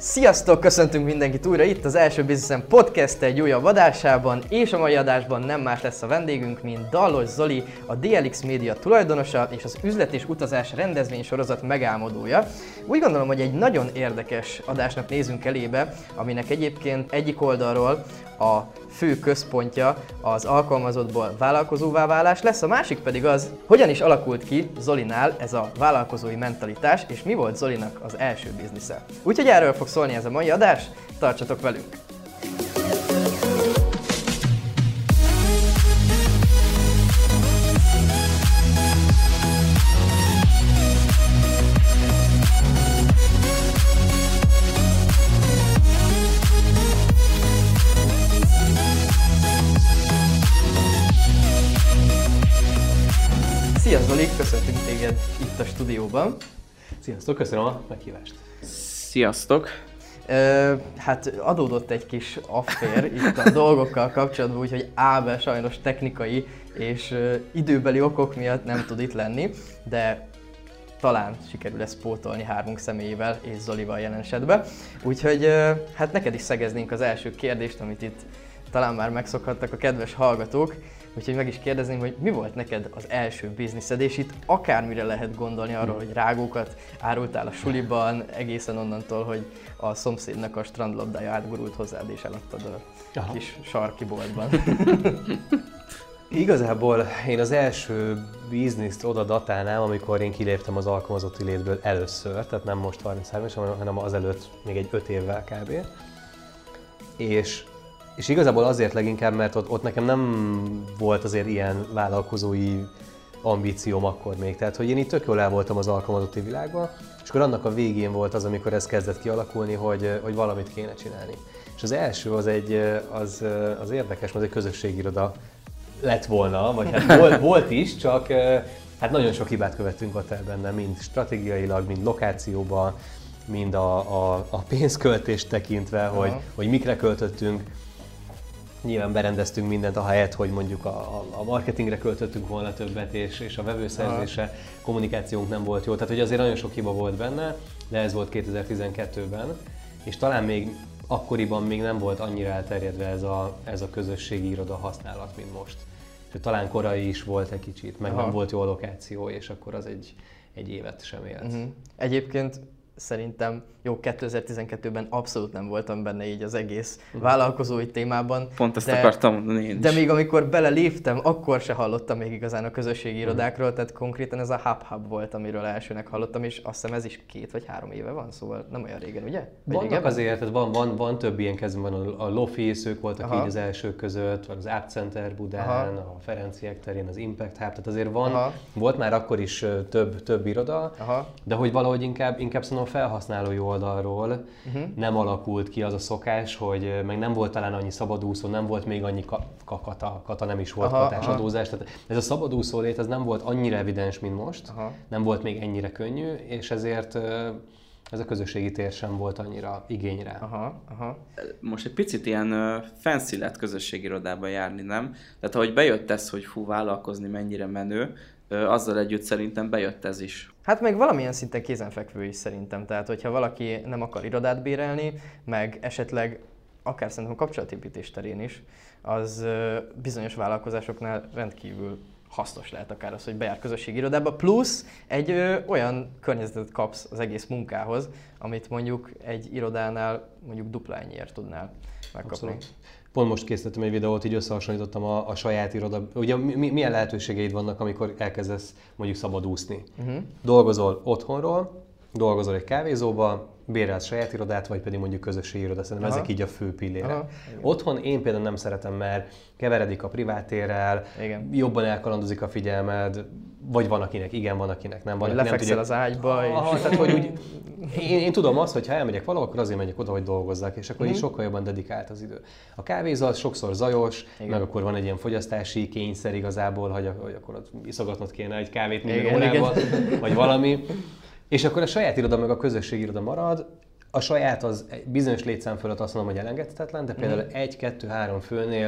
Sziasztok! Köszöntünk mindenkit újra itt az Első Bizniszem Podcast egy újabb adásában, és a mai adásban nem más lesz a vendégünk, mint Dallos Zoli, a DLX Media tulajdonosa és az üzlet és utazás rendezvénysorozat megálmodója. Úgy gondolom, hogy egy nagyon érdekes adásnak nézünk elébe, aminek egyébként egyik oldalról a fő központja az alkalmazottból vállalkozóvá válás lesz, a másik pedig az, hogyan is alakult ki Zolinál ez a vállalkozói mentalitás, és mi volt Zolinak az első biznisze. Úgyhogy erről fog szólni ez a mai adás, tartsatok velünk! Szia Zoli, köszöntünk téged itt a stúdióban. Sziasztok, köszönöm a meghívást. Sziasztok! Hát adódott egy kis affér itt a dolgokkal kapcsolatban, úgyhogy Ábel sajnos technikai és időbeli okok miatt nem tud itt lenni, de talán sikerül ezt pótolni hármunk személyével és Zolival jelen esetben. Úgyhogy hát neked is szegeznénk az első kérdést, amit itt talán már megszokhattak a kedves hallgatók. Úgyhogy meg is kérdezném, hogy mi volt neked az első bizniszed, és itt akármire lehet gondolni arról, hogy rágókat árultál a suliban, egészen onnantól, hogy a szomszédnak a strandlabdája átgurult hozzád és eladtad a kis sarki boltban. Igazából én az első bizniszt oda datálnám, amikor én kiléptem az alkalmazotti létből először, tehát nem most 33 éves, hanem azelőtt még egy 5 évvel kb. És igazából azért leginkább, mert ott nekem nem volt azért ilyen vállalkozói ambícióm akkor még. Tehát, hogy én itt tök jól el voltam az alkalmazotti világban, és akkor annak a végén volt az, amikor ez kezdett kialakulni, hogy valamit kéne csinálni. És az első az érdekes, mert egy közösségiroda lett volna, vagy hát volt is, csak hát nagyon sok hibát követtünk ott el benne, mind stratégiailag, mind lokációban, mind a pénzköltést tekintve, hogy mikre költöttünk. Nyilván berendeztünk mindent ahelyett, hogy mondjuk a marketingre költöttünk volna többet, és a vevőszerzésre kommunikációnk nem volt jó. Tehát hogy azért nagyon sok hiba volt benne, de ez volt 2012-ben, és talán még akkoriban még nem volt annyira elterjedve ez a közösségi iroda használat, mint most. És talán korai is volt egy kicsit, meg nem volt jó a lokáció, és akkor az egy évet sem élt. Egyébként szerintem 2012-ben abszolút nem voltam benne így az egész vállalkozói témában. Pont ezt akartam mondani én is. De még amikor beleléptem, akkor se hallottam még igazán a közösségi irodákról, tehát konkrétan ez a Hub volt, amiről elsőnek hallottam, és azt hiszem ez is 2 vagy 3 éve van, szóval nem olyan régen, ugye? Vannak azért, tehát van több ilyen kezdőben, a Lofis, ők voltak így az elsők között, van az App Center Budán, a Ferenciek terén, az Impact Hub, tehát azért volt már akkor is több iroda, de hogy valahogy inkább szerintem a felhasználói oldalról nem alakult ki az a szokás, hogy meg nem volt talán annyi szabadúszó, nem volt még annyi kata nem is volt katásadózás. Tehát ez a szabadúszó lét ez nem volt annyira evidens, mint most, nem volt még ennyire könnyű, és ezért ez a közösségi tér sem volt annyira igény rá. Most egy picit ilyen fancy lett közösségi irodába járni, nem? Tehát ahogy bejött ez, hogy vállalkozni mennyire menő, azzal együtt szerintem bejött ez is. Hát meg valamilyen szinten kézenfekvő is szerintem, tehát hogyha valaki nem akar irodát bérelni, meg esetleg akár szerintem a kapcsolatépítés terén is, az bizonyos vállalkozásoknál rendkívül hasznos lehet akár az, hogy bejár közösségi irodába, plusz egy olyan környezetet kapsz az egész munkához, amit mondjuk egy irodánál mondjuk dupla ennyiért tudnál megkapni. Abszolút. Pont most készítettem egy videót, így összehasonlítottam a saját iroda. Ugye milyen lehetőségeid vannak, amikor elkezdesz mondjuk szabadúszni? Dolgozol otthonról, dolgozol egy kávézóba, bérelsz saját irodát, vagy pedig mondjuk közösségi irodát. Szerintem ezek így a fő pillére. Otthon én például nem szeretem, mert keveredik a privátérrel, jobban elkalandozik a figyelmed, vagy van akinek igen, van akinek nem. Vagy lefekszel az ágyba. Tehát, hogy úgy, én tudom azt, hogy ha elmegyek valahol, akkor azért megyek oda, hogy dolgozzak, és akkor így sokkal jobban dedikált az idő. A kávézó az sokszor zajos, meg akkor van egy ilyen fogyasztási kényszer igazából, hogy akkor ott iszogatnod kéne egy kávét minden órában, vagy valami. És akkor a saját iroda meg a közösségi iroda marad, a saját az bizonyos létszám fölött azt mondom, hogy elengedhetetlen, de például 1-2-3 főnél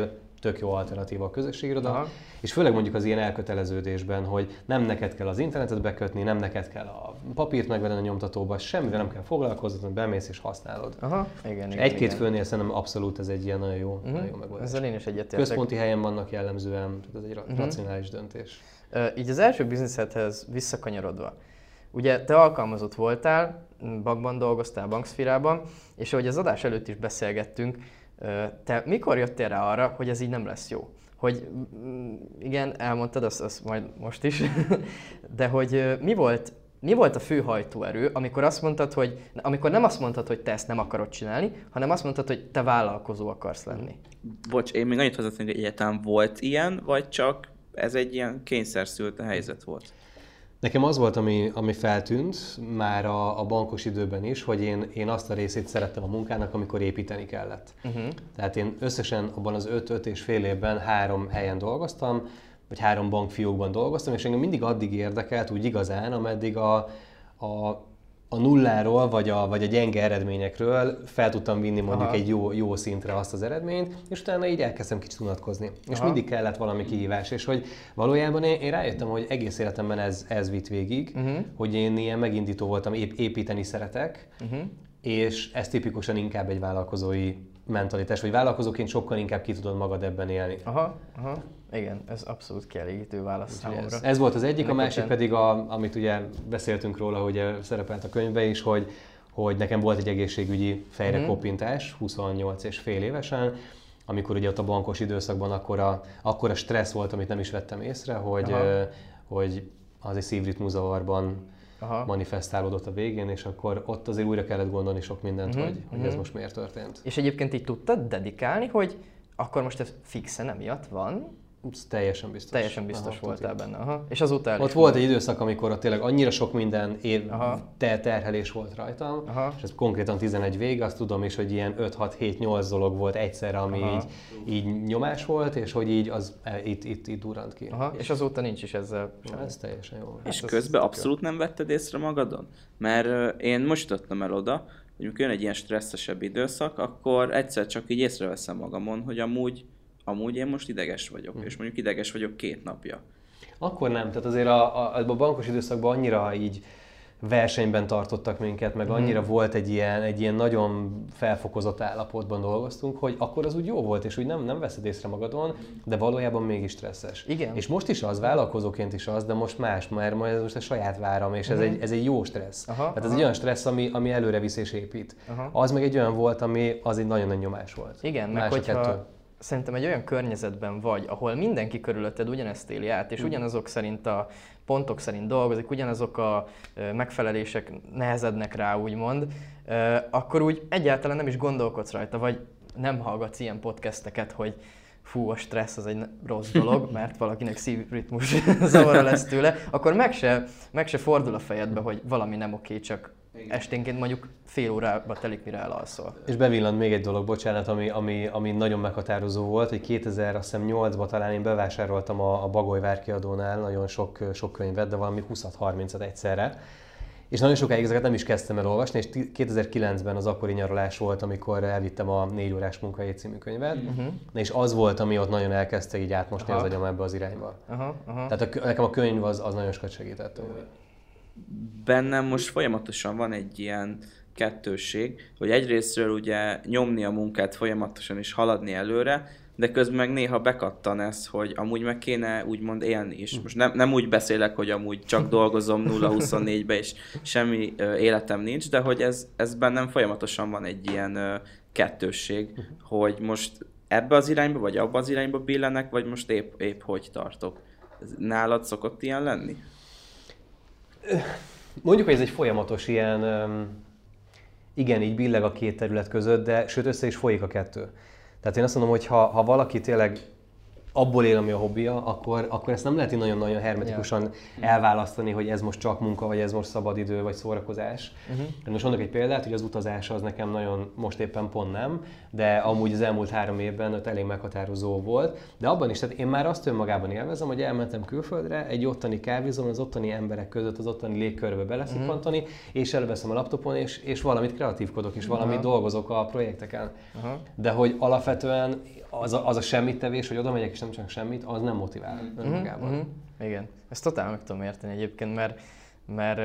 tök jó alternatíva a közösségiroda, és főleg mondjuk az ilyen elköteleződésben, hogy nem neked kell az internetet bekötni, nem neked kell a papírt megvenni a nyomtatóba, semmivel nem kell foglalkozni, bemész és használod. Igen, Egy-két főnél szerintem abszolút ez egy ilyen nagyon jó megoldás. Ezzel én is egyetértek. Központi helyen vannak jellemzően, ez egy racionális döntés. Így az első bizniszedhez visszakanyarodva. Ugye te alkalmazott voltál, bankban dolgoztál, bankszférában, és ahogy az adás előtt is beszélgettünk, te mikor jöttél rá arra, hogy ez így nem lesz jó? Hogy igen, elmondtad, azt majd most is, de hogy mi volt a fő hajtóerő, amikor amikor nem azt mondtad, hogy te ezt nem akarod csinálni, hanem azt mondtad, hogy te vállalkozó akarsz lenni? Bocs, én még annyit hozzátennék, hogy egyáltalán volt ilyen, vagy csak ez egy ilyen kényszerszült helyzet volt? Nekem az volt, ami feltűnt már a bankos időben is, hogy én azt a részét szerettem a munkának, amikor építeni kellett. Tehát én összesen abban az 5 és fél évben 3 helyen dolgoztam, vagy 3 bankfiókban dolgoztam, és engem mindig addig érdekelt úgy igazán, ameddig a nulláról, vagy a gyenge eredményekről fel tudtam vinni mondjuk egy jó szintre azt az eredményt, és utána így elkezdtem kicsit unatkozni. És mindig kellett valami kihívás, és hogy valójában én rájöttem, hogy egész életemben ez vitt végig, hogy én ilyen megindító voltam, építeni szeretek, és ez tipikusan inkább egy vállalkozói mentalitás, vagy vállalkozóként sokkal inkább ki tudod magad ebben élni. Igen, ez abszolút kielégítő válasz számomra. Ez volt az egyik, a másik pedig, amit ugye beszéltünk róla, hogy szerepelt a könyvben is, hogy nekem volt egy egészségügyi fejrekopintás 28 és fél évesen, amikor ugye ott a bankos időszakban akkor a stressz volt, amit nem is vettem észre, hogy az egy szívritmuzavarban manifestálódott a végén, és akkor ott azért újra kellett gondolni sok mindent, hogy ez most miért történt. És egyébként így tudtad dedikálni, hogy akkor most ez fixen emiatt van? Teljesen biztos. Teljesen biztos voltál benne. És azután ott volt egy időszak, amikor ott tényleg annyira sok minden terhelés volt rajtam, és ez konkrétan 11 végig, azt tudom is, hogy ilyen 5-6-7-8 dolog volt egyszerre, ami így nyomás volt, és hogy így az itt durrant ki. És azóta nincs is ezzel semmi. Ez teljesen jó. És közben abszolút nem vetted észre magadon? Mert én most jutottam el oda, hogy amikor jön egy ilyen stresszesebb időszak, akkor egyszer csak így észreveszem magamon, hogy amúgy én most ideges vagyok, és mondjuk ideges vagyok 2 napja. Akkor nem, tehát azért a bankos időszakban annyira így versenyben tartottak minket, meg annyira volt egy ilyen nagyon felfokozott állapotban dolgoztunk, hogy akkor az úgy jó volt, és úgy nem veszed észre magadon, de valójában mégis stresszes. Igen. És most is az, vállalkozóként is az, de most más, mert ez most a saját váram, és ez egy jó stressz. Tehát ez egy olyan stressz, ami előre visz és épít. Az meg egy olyan volt, ami az egy nagyon nagy nyomás volt. Igen, meg hogyha szerintem egy olyan környezetben vagy, ahol mindenki körülötted ugyanezt éli át, és ugyanazok szerint a pontok szerint dolgozik, ugyanazok a megfelelések nehezednek rá, úgymond, akkor úgy egyáltalán nem is gondolkodsz rajta, vagy nem hallgatsz ilyen podcasteket, hogy fú, a stressz az egy rossz dolog, mert valakinek szívritmus zavara lesz tőle, akkor meg se fordul a fejedbe, hogy valami nem oké, csak esténként mondjuk fél órába telik, mire elalszol. És bevillant még egy dolog, bocsánat, ami nagyon meghatározó volt, hogy 2008-ban talán én bevásároltam a Bagoly Várkiadónál nagyon sok könyvet, de valami 20-30-at egyszerre. És nagyon sokáig ezeket nem is kezdtem el olvasni, és 2009-ben az akkori nyaralás volt, amikor elvittem a 4 órás munkahely című könyvet, és az volt, ami ott nagyon elkezdte így átmosni az agyam ebbe az irányba. Tehát nekem a könyv az nagyon sokat segített. Bennem most folyamatosan van egy ilyen kettősség, hogy egyrésztről ugye nyomni a munkát folyamatosan és haladni előre, de közben meg néha bekattan ez, hogy amúgy meg kéne úgymond élni is. Most nem úgy beszélek, hogy amúgy csak dolgozom 0-24-be és semmi életem nincs, de hogy ez bennem folyamatosan van egy ilyen kettősség, hogy most ebbe az irányba vagy abba az irányba billenek, vagy most épp hogy tartok. Nálad szokott ilyen lenni? Mondjuk, hogy ez egy folyamatos ilyen, igen, így billeg a 2 terület között, de sőt össze is folyik a 2. Tehát én azt mondom, hogy ha valaki tényleg abból él, ami a hobbija, akkor ezt nem lehet így nagyon-nagyon hermetikusan elválasztani, hogy ez most csak munka, vagy ez most szabadidő, vagy szórakozás. Most mondok egy példát, hogy az utazás az nekem nagyon, most éppen pont nem, de amúgy az elmúlt 3 évben ott elég meghatározó volt. De abban is, tehát én már azt önmagában élvezem, hogy elmentem külföldre, egy ottani kávézón, az ottani emberek között, az ottani légkörbe beleszippantani, és elveszem a laptopon, és valamit kreatívkodok, és valamit dolgozok a projekteken. De hogy alapvetően az a semmittevés, hogy oda megyek és nem csak semmit, az nem motivál önmagában. Igen, ezt totál meg tudom érteni egyébként, mert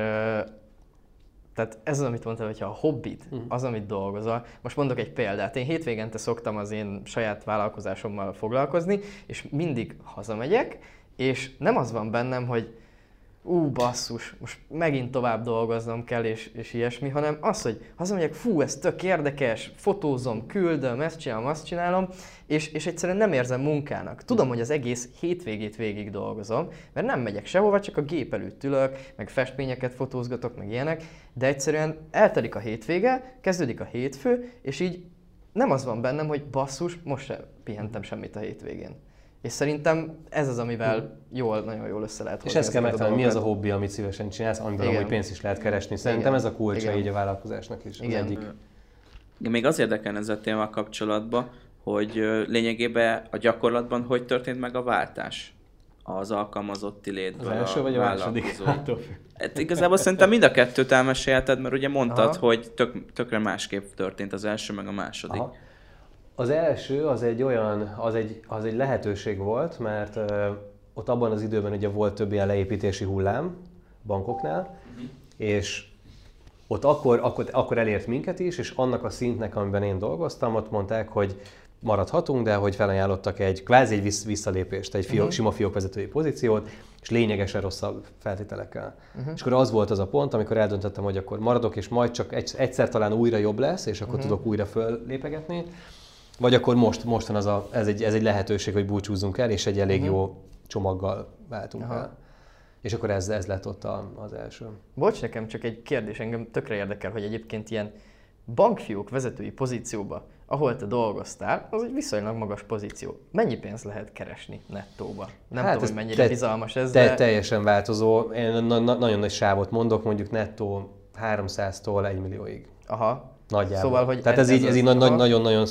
tehát ez az, amit mondtál, hogyha a hobbit, az, amit dolgozol. Most mondok egy példát. Én hétvégente szoktam az én saját vállalkozásommal foglalkozni, és mindig hazamegyek, és nem az van bennem, hogy basszus, most megint tovább dolgoznom kell, és ilyesmi, hanem az, hogy hazamegyek, ez tök érdekes, fotózom, küldöm, ezt csinálom, azt csinálom, és egyszerűen nem érzem munkának. Tudom, hogy az egész hétvégét végig dolgozom, mert nem megyek sehova, csak a gép előtt ülök, meg festményeket fotózgatok, meg ilyenek, de egyszerűen eltelik a hétvége, kezdődik a hétfő, és így nem az van bennem, hogy basszus, most se pihentem semmit a hétvégén. És szerintem ez az, amivel nagyon jól össze lehet hozni. És ezt kell megtalálni, mi az a hobbi, amit szívesen csinálsz, amiből amúgy pénzt is lehet keresni. Szerintem ez a kulcsa így a vállalkozásnak is. Az egyik. Még az érdekel ez a téma kapcsolatban, hogy lényegében a gyakorlatban hogy történt meg a váltás az alkalmazotti létből. Az első vagy a második? Hát igazából szerintem mind a kettőt elmesélheted, mert ugye mondtad, hogy tökre másképp történt az első meg a második. Aha. Az első az egy lehetőség volt, mert ott abban az időben ugye volt több ilyen leépítési hullám bankoknál, és ott akkor elért minket is, és annak a szintnek, amiben én dolgoztam, ott mondták, hogy maradhatunk, de hogy felajánlottak egy kvázi egy visszalépést, egy sima fiókvezetői pozíciót, és lényegesen rosszabb feltételekkel. És akkor az volt az a pont, amikor eldöntöttem, hogy akkor maradok, és majd csak egyszer talán újra jobb lesz, és akkor tudok újra föllépegetni. Vagy akkor mostan ez egy lehetőség, hogy búcsúzzunk el, és egy elég jó csomaggal váltunk el. És akkor ez lett ott az első. Bocs, nekem csak egy kérdés, engem tökre érdekel, hogy egyébként ilyen bankfiók vezetői pozícióba, ahol te dolgoztál, az egy viszonylag magas pozíció. Mennyi pénzt lehet keresni nettóba? Nem tudom, hogy mennyire bizalmas ez, de... Teljesen változó. Én nagyon nagy sávot mondok, mondjuk nettó 300-tól 1 millióig. Aha. Nagyjából. Szóval, hogy tehát ez így nagyon-nagyon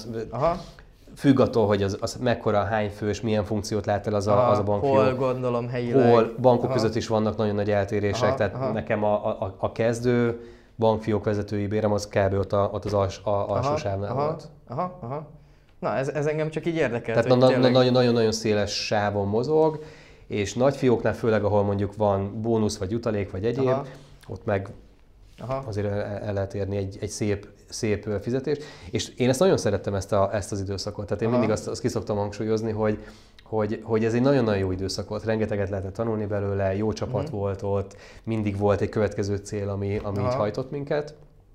függ attól, hogy az mekkora, hány fős, milyen funkciót lát el az a bankfiók. Hol gondolom helyileg. Hol bankok között is vannak nagyon nagy eltérések, tehát nekem a kezdő bankfiók vezetői bérem az kb. Ott az alsó sávnál volt. Na, ez engem csak így érdekel. Tehát nagyon-nagyon széles sávon mozog, és nagy fióknál főleg, ahol mondjuk van bónusz, vagy jutalék, vagy egyéb, ott meg azért el lehet érni egy szép fizetést. És én ezt nagyon szerettem ezt az időszakot. Tehát én mindig azt ki szoktam hangsúlyozni, hogy ez egy nagyon-nagyon jó időszak volt. Rengeteget lehetett tanulni belőle, jó csapat volt ott, mindig volt egy következő cél, ami így hajtott minket.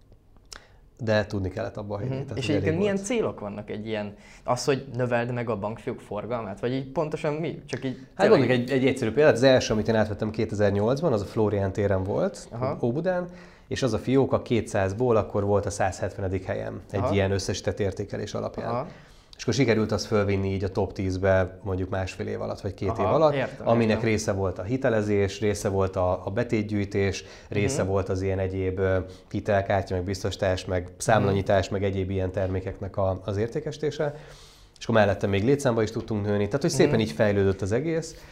De tudni kellett abba hagyni. És egyébként milyen célok vannak egy ilyen, az, hogy növeld meg a bankfiók forgalmát? Vagy így pontosan mi? Csak így hát mondjuk egy egyszerű példát, az első, amit én átvettem 2008-ban, az a Flórián téren volt, Óbudán, és az a fiók a 200-ból akkor volt a 170. helyen egy ilyen összesített értékelés alapján. És akkor sikerült azt fölvinni így a top 10-be mondjuk 1,5 év alatt, vagy 2 év alatt, aminek része volt a hitelezés, része volt a betétgyűjtés, része volt az ilyen egyéb hitelkártya, meg biztosítás, meg számlanyítás, meg egyéb ilyen termékeknek az értékesítése. És akkor mellette még létszámba is tudtunk nőni, tehát hogy szépen így fejlődött az egész,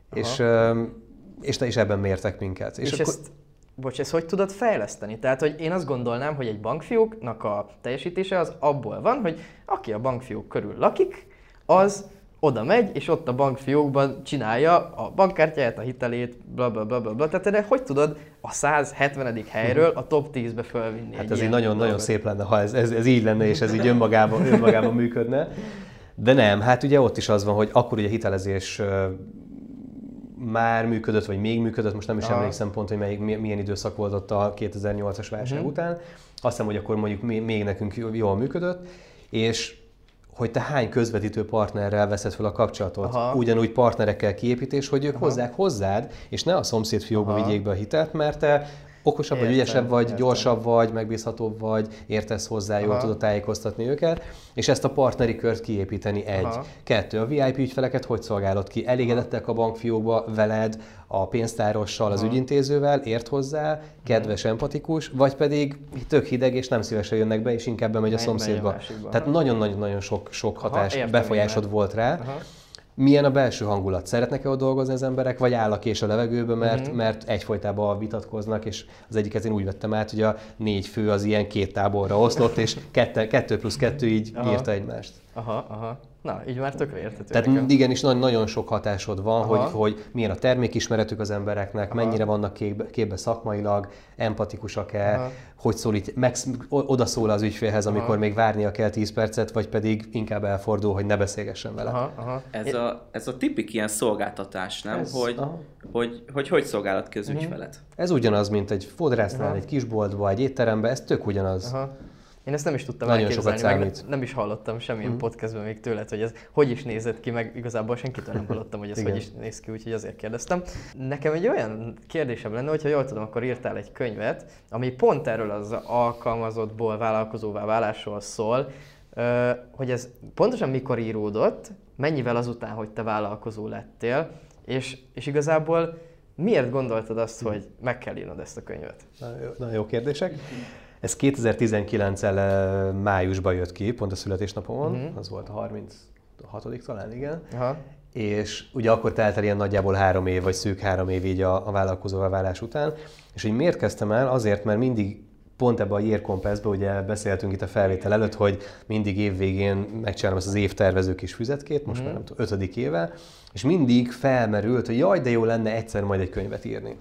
és ebben mértek minket. És ezt hogy tudod fejleszteni? Tehát, hogy én azt gondolnám, hogy egy bankfióknak a teljesítése az abból van, hogy aki a bankfiók körül lakik, az oda megy, és ott a bankfiókban csinálja a bankkártyáját, a hitelét, blablabla. Tehát de hogy tudod a 170. helyről a top 10-be fölvinni? Hát ez így nagyon-nagyon szép lenne, ha ez így lenne, és ez így önmagában működne. De nem, hát ugye ott is az van, hogy akkor ugye hitelezés már működött, vagy még működött, most nem is emlékszem pont, hogy milyen időszak volt ott a 2008-as válság után. Azt hiszem, hogy akkor mondjuk még nekünk jól működött, és hogy te hány közvetítő partnerrel veszed fel a kapcsolatot, ugyanúgy partnerekkel kiépítés, hogy ők hozzák hozzád, és ne a szomszéd fiókba vigyék be a hitelt, mert te okosabb vagy, Értem, ügyesebb vagy, értem. gyorsabb vagy, megbízhatóbb vagy, értesz hozzá, jól Aha. tudod tájékoztatni őket, és ezt a partneri kört kiépíteni egy. Aha. 2. A VIP ügyfeleket hogy szolgálod ki? Elégedettek a bankfiókba veled, a pénztárossal, az ügyintézővel, ért hozzá, kedves, empatikus, vagy pedig tök hideg, és nem szívesen jönnek be, és inkább bemegy a Megy a szomszédba. másikba. Tehát nagyon-nagyon sok hatás, értem befolyásod én, volt rá. Aha. Milyen a belső hangulat? Szeretnek-e ott dolgozni az emberek, vagy áll a kés a levegőbe, mert egyfolytában vitatkoznak, és az egyiket én úgy vettem át, hogy a 4 fő az ilyen 2 táborra oszlott, és 2+2 így Aha. írta egymást. Aha. Na, így már tökre értető. Tehát nekem. igenis nagyon sok hatásod van, Aha. hogy milyen a termékismeretük az embereknek, mennyire vannak képbe szakmailag, empatikusak-e, Aha. hogy oda szól az ügyfélhez, amikor még várnia kell 10 percet, vagy pedig inkább elfordul, hogy ne beszélgessen vele. Aha. Ez a tipik ilyen szolgáltatás, nem? aha. Hogy szolgálod ki az ügyfelet. Ez ugyanaz, mint egy fodrásznál, egy kisboltba, egy étteremben, ez tök ugyanaz. Aha. Én ezt nem is tudtam Nagyon elképzelni, sokat meg számít. nem is hallottam semmilyen podcastben még tőled, hogy ez hogy is nézett ki, meg igazából senkitől nem hallottam, hogy ez Igen. hogy is néz ki, úgyhogy azért kérdeztem. Nekem egy olyan kérdésem lenne, hogyha jól tudom, akkor írtál egy könyvet, ami pont erről az alkalmazottból vállalkozóvá válásról szól, hogy ez pontosan mikor íródott, mennyivel azután, hogy te vállalkozó lettél, és igazából miért gondoltad azt, hogy meg kell írnod ezt a könyvet? Nagyon jó kérdések. Ez 2019 májusban jött ki, pont a születésnapomon, az volt a 36. talán, igen. Aha. És ugye akkor telt el ilyen nagyjából 3 év, vagy szűk 3 év így a vállalkozóvá válás után. És hogy miért kezdtem el? Azért, mert mindig pont ebbe a Year Compass-be, ugye beszéltünk itt a felvétel előtt, hogy mindig évvégén megcsinálom ezt az évtervező kis füzetkét, most már nem tudom, 5. éve, és mindig felmerült, hogy jaj, de jó lenne egyszer majd egy könyvet írni.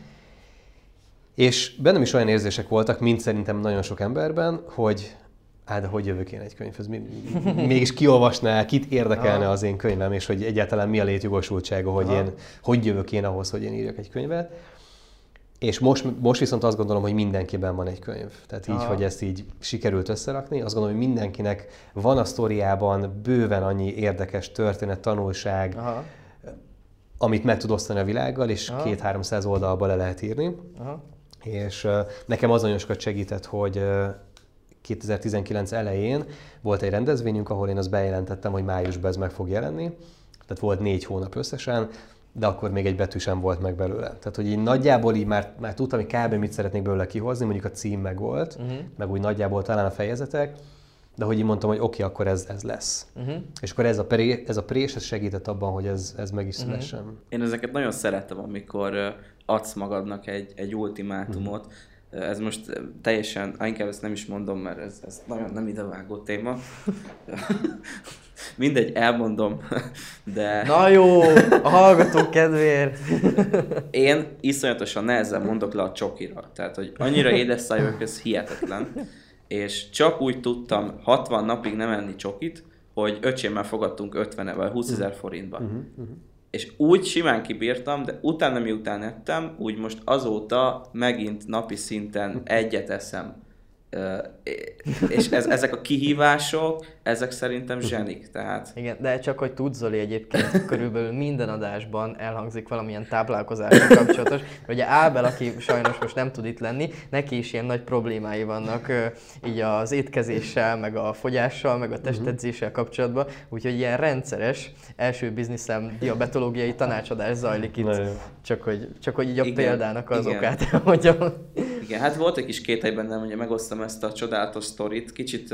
És bennem is olyan érzések voltak, mint szerintem nagyon sok emberben, hogy de hogy jövök én egy könyvhöz? Mégis kiolvasná, kit érdekelne az én könyvem, és hogy egyáltalán mi a létjogosultsága, hogy jövök én ahhoz, hogy én írjak egy könyvet. És most viszont azt gondolom, hogy mindenkiben van egy könyv. Tehát így, hogy ezt így sikerült összerakni, azt gondolom, hogy mindenkinek van a sztoriában bőven annyi érdekes történet, tanulság, amit meg tud osztani a világgal, és 200-300 oldalba le lehet írni. És nekem az nagyon sokat segített, hogy 2019 elején volt egy rendezvényünk, ahol én azt bejelentettem, hogy májusban ez meg fog jelenni. Tehát volt 4 hónap összesen, de akkor még egy betű sem volt meg belőle. Tehát, hogy én nagyjából így már tudtam, hogy kb. Mit szeretnék belőle kihozni, mondjuk a cím meg volt, meg úgy nagyjából talán a fejezetek, de hogy így mondtam, hogy oké, akkor ez lesz. És akkor ez a prés ez segített abban, hogy ez meg is szülessen. Én ezeket nagyon szeretem, amikor adsz magadnak egy ultimátumot. Ez most teljesen, inkább ezt nem is mondom, mert ez nagyon nem idevágó téma. Mindegy, elmondom, de... Na jó, a hallgatók kedvéért! Én iszonyatosan nehezen mondok le a csokira. Tehát, hogy annyira édes szájúak, ez hihetetlen. És csak úgy tudtam 60 napig nem enni csokit, hogy öcsémmel fogadtunk 50 vagy 20 000 forintba. És úgy simán kibírtam, de utána miután ettem, úgy most azóta megint napi szinten egyet eszem. És ezek a kihívások, ezek szerintem zsenik, tehát... Igen, de csak hogy tudsz, Zoli, egyébként körülbelül minden adásban elhangzik valamilyen táplálkozással kapcsolatos. Ugye Ábel, aki sajnos most nem tud itt lenni, neki is ilyen nagy problémái vannak így az étkezéssel, meg a fogyással, meg a testedzéssel kapcsolatban, úgyhogy ilyen rendszeres első bizniszem diabetológiai tanácsadás zajlik itt. Csak hogy így a példának az okát elmondjam. Igen, hát volt egy kis kételj bennem, hogy megosztam ezt a csodálatos sztorit. Kicsit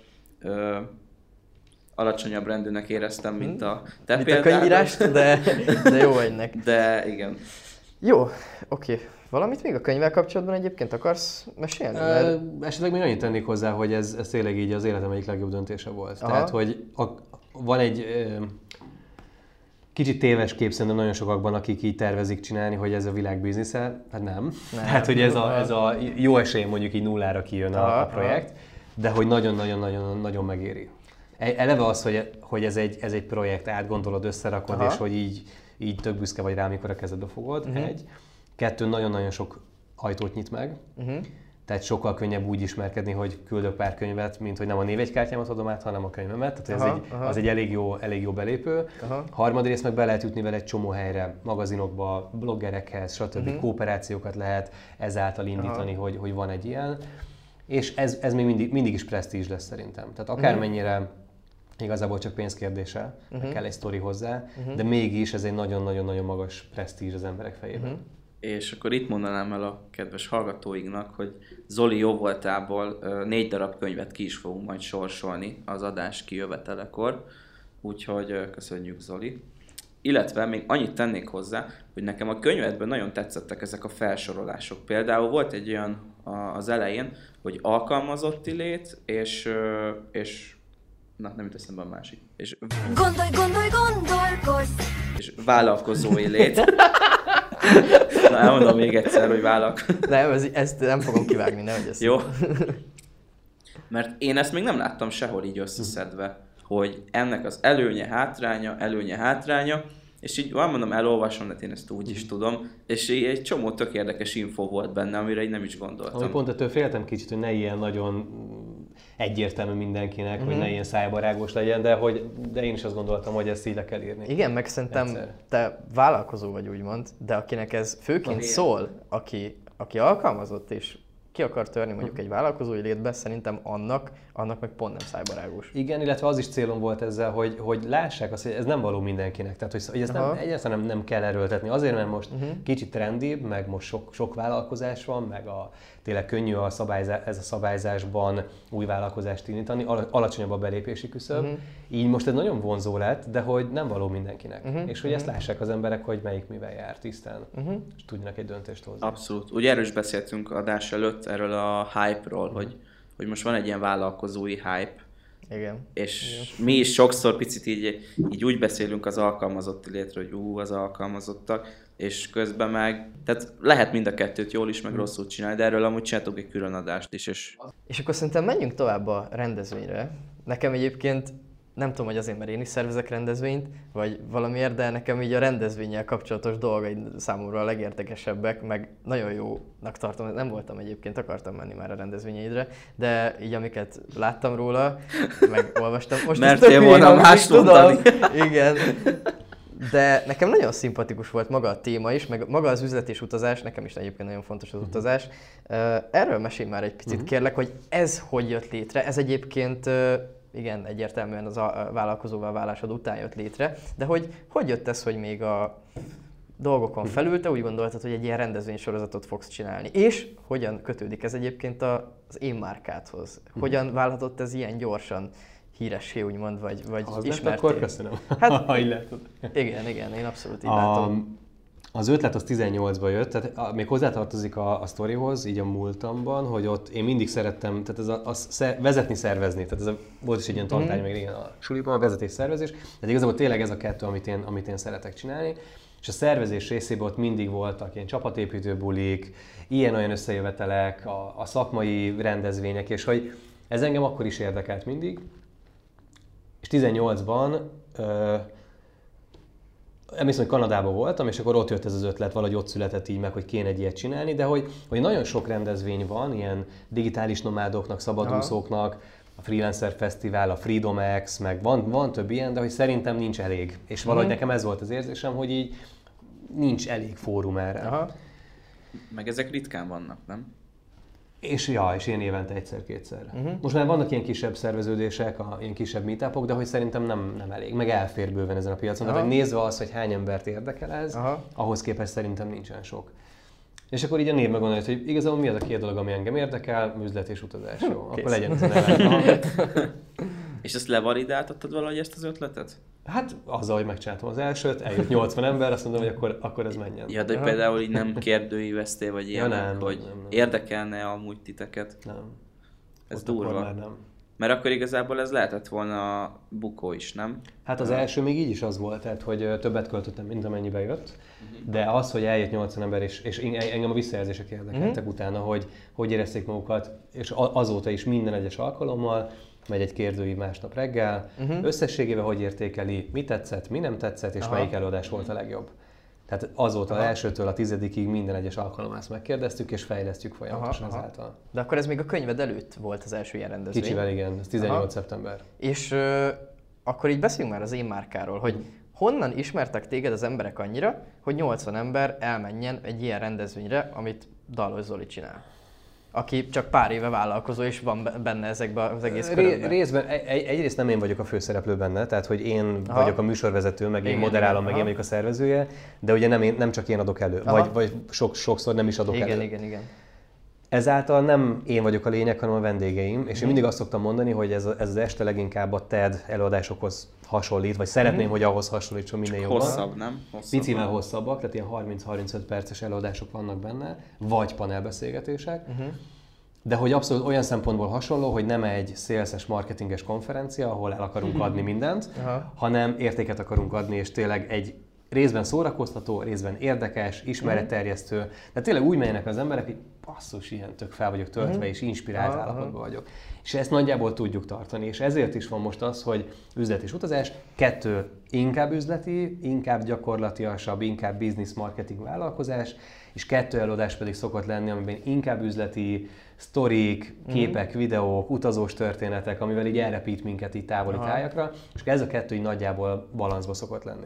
alacsonyabb rendűnek éreztem, mint a te példád. A könyvírást, de jó vagy nek. De igen. Jó, oké. Valamit még a könyvvel kapcsolatban egyébként akarsz mesélni? Esetleg még annyit tennék hozzá, hogy ez tényleg így az életem egyik legjobb döntése volt. Tehát, hogy van egy... Kicsit téves kép szerintem nagyon sokakban, akik így tervezik csinálni, hogy ez a világ biznisze. Hát nem. Tehát, hogy ez a jó esély mondjuk így nullára kijön a projekt, de hogy nagyon-nagyon megéri. Eleve az, hogy ez egy projekt, átgondolod, összerakod, és hogy így tök büszke vagy rá, amikor a kezedbe fogod. 1. 2, nagyon-nagyon sok ajtót nyit meg. tehát sokkal könnyebb úgy ismerkedni, hogy küldök pár könyvet, mint hogy nem a névjegykártyámat adom át, hanem a könyvemet, tehát az egy elég jó belépő. Harmadrészt meg be lehet jutni vele egy csomó helyre, magazinokba, bloggerekhez, stb. Kooperációkat lehet ezáltal indítani, hogy van egy ilyen. És ez még mindig is presztízs lesz szerintem. Tehát akármennyire igazából csak pénzkérdése, meg kell egy sztori hozzá, de mégis ez egy nagyon-nagyon magas presztízs az emberek fejében. És akkor itt mondanám el a kedves hallgatóinknak, hogy Zoli jóvoltából 4 darab könyvet ki is fogunk majd sorsolni az adás kijövetelekor, úgyhogy köszönjük, Zoli. Illetve még annyit tennék hozzá, hogy nekem a könyvedben nagyon tetszettek ezek a felsorolások. Például volt egy olyan az elején, hogy alkalmazotti lét, és na, nem jut eszembe a másik. És gondolkozz! És vállalkozói lét. Na, elmondom még egyszer, hogy Nem, ezt nem fogom kivágni, nehogy ezt. Jó. Mert én ezt még nem láttam sehol így összeszedve, hogy ennek az előnye, hátránya, és így mondom, elolvasom, de én ezt úgy is tudom, és egy csomó tök érdekes info volt benne, amire így nem is gondoltam. Ami pont ettől féltem kicsit, hogy ne ilyen nagyon egyértelmű mindenkinek, hogy ne ilyen szájbarágos legyen, de én is azt gondoltam, hogy ezt így le kell írni. Igen, meg szerintem te vállalkozó vagy úgymond, de akinek ez főként szól, aki alkalmazott és ki akar törni mondjuk egy vállalkozói létbe, szerintem annak meg pont nem szájbarágos. Igen, illetve az is célom volt ezzel, hogy lássák azt, hogy ez nem való mindenkinek. Tehát, hogy ezt egyáltalán nem kell erőltetni. Azért, mert most kicsit trendibb, meg most sok vállalkozás van, meg tényleg könnyű ez a szabályzásban új vállalkozást indítani, alacsonyabb a belépési küszöb. Így most ez nagyon vonzó lett, de hogy nem való mindenkinek. És hogy ezt lássák az emberek, hogy melyik mivel jár tisztán, és tudjanak egy döntést hozni. Abszolút. Ugye erről is beszéltünk adás előtt, erről a hype-ról, hogy most van egy ilyen vállalkozói hype. Igen. És mi is sokszor picit így úgy beszélünk az alkalmazotti létről, hogy az alkalmazottak, és közben meg, tehát lehet mind a kettőt jól is, meg rosszul csinálni, de erről amúgy csináltuk egy külön adást is. És akkor szerintem menjünk tovább a rendezvényre. Nekem egyébként, nem tudom, hogy azért, mert én is szervezek rendezvényt, vagy valamiért, de nekem így a rendezvénnyel kapcsolatos dolgai számomra a legérdekesebbek, meg nagyon jónak tartom. Nem voltam egyébként, akartam menni már a rendezvényeidre, de így amiket láttam róla, meg olvastam. Most mertél volna mást mondani. Igen. De nekem nagyon szimpatikus volt maga a téma is, meg maga az üzlet és utazás, nekem is egyébként nagyon fontos az utazás. Erről mesélj már egy picit, kérlek, hogy ez hogy jött létre. Ez egyébként igen, egyértelműen az a vállalkozóvá válásod után jött létre, de hogy jött ez, hogy még a dolgokon felül te úgy gondoltad, hogy egy ilyen rendezvénysorozatot fogsz csinálni? És hogyan kötődik ez egyébként az én márkádhoz? Hogyan válhatott ez ilyen gyorsan híressé, úgymond, vagy ismerté? Akkor köszönöm, hát, ha így látod. Igen, én abszolút így látom. Az ötlet az 18-ban jött, tehát még hozzátartozik a sztorihoz, így a múltamban, hogy ott én mindig szerettem, tehát vezetni, szervezni, tehát volt is egy ilyen tantárgy még régen a suliban, a vezetés, szervezés, de igazából tényleg ez a kettő, amit én szeretek csinálni, és a szervezés részében ott mindig voltak ilyen csapatépítő bulik, ilyen-olyan összejövetelek, a szakmai rendezvények, és hogy ez engem akkor is érdekelt mindig, és 18-ban emlékszem, hogy Kanadában voltam, és akkor ott jött ez az ötlet, valahogy ott született így meg, hogy kéne egy ilyet csinálni, de hogy nagyon sok rendezvény van, ilyen digitális nomádoknak, szabadúszóknak, a Freelancer Fesztivál, a Freedom X, meg van több ilyen, de hogy szerintem nincs elég. És valahogy nekem ez volt az érzésem, hogy így nincs elég fórum erre. Meg ezek ritkán vannak, nem? És ilyen évente egyszer-kétszer. Most már vannak ilyen kisebb szerveződések, ilyen kisebb meetupok, de hogy szerintem nem elég, meg elfér bőven ezen a piacon. Tehát, hogy nézve az, hogy hány embert érdekel ez, ahhoz képest szerintem nincsen sok. És akkor így a név meggondolja, hogy igazából mi az a két dolog, ami engem érdekel, üzlet és utazás. Jó, akkor legyen ez a neve. És ezt levalidáltattad valahogy ezt az ötletet? Hát azzal, hogy megcsináltam az elsőt, eljött 80 ember, azt mondom, hogy akkor ez menjen. Ja, de például így nem kérdőíveztél, vagy ilyen, hogy érdekelne amúgy titeket? Nem. Ez durva. Már nem. Mert akkor igazából ez lehetett volna bukó is, nem? Hát az első még így is az volt, tehát, hogy többet költöttem, mint amennyibe jött, de az, hogy eljött 80 ember, és engem a visszajelzések érdekeltek utána, hogy érezték magukat, és azóta is minden egyes alkalommal megy egy kérdőív másnap reggel, összességében hogy értékeli, mi tetszett, mi nem tetszett, és melyik előadás volt a legjobb. Tehát azóta elsőtől a 10-ig minden egyes alkalommal ezt megkérdeztük, és fejlesztjük folyamatosan ezáltal. De akkor ez még a könyved előtt volt az első ilyen rendezvény? Kicsivel igen, ez 18 szeptember. És akkor így beszéljünk már az én márkáról, hogy honnan ismertek téged az emberek annyira, hogy 80 ember elmenjen egy ilyen rendezvényre, amit Dallos Zoli csinál? Aki csak pár éve vállalkozó, és van benne ezekben az egész körökben. Részben, egyrészt nem én vagyok a főszereplő benne, tehát hogy én vagyok a műsorvezető, meg én moderálom, meg én vagyok a szervezője, de ugye nem csak én adok elő, vagy sokszor nem is adok elő. Igen. Ezáltal nem én vagyok a lényeg, hanem a vendégeim, és én mindig azt szoktam mondani, hogy ez az este leginkább a TED előadásokhoz hasonlít, vagy szeretném, hogy ahhoz hasonlítson minél jobban. Hosszabb, nem? Picivel hosszabbak, tehát ilyen 30-35 perces előadások vannak benne, vagy panelbeszélgetések. De hogy abszolút olyan szempontból hasonló, hogy nem egy szélszes marketinges konferencia, ahol el akarunk adni mindent, hanem értéket akarunk adni, és tényleg egy részben szórakoztató, részben érdekes, ismeretterjesztő. Tehát tényleg úgy menjenek az emberek, hogy basszus, ilyen tök fel vagyok töltve, és inspirált állapotban vagyok. És ezt nagyjából tudjuk tartani, és ezért is van most az, hogy üzlet és utazás, 2 inkább üzleti, inkább gyakorlatiasabb, inkább business marketing vállalkozás, és 2 előadás pedig szokott lenni, amiben inkább üzleti, sztorik, képek, videók, utazós történetek, amivel így elrepít minket így távoli tájakra, és ez a 2 így nagyjából balanszba szokott lenni.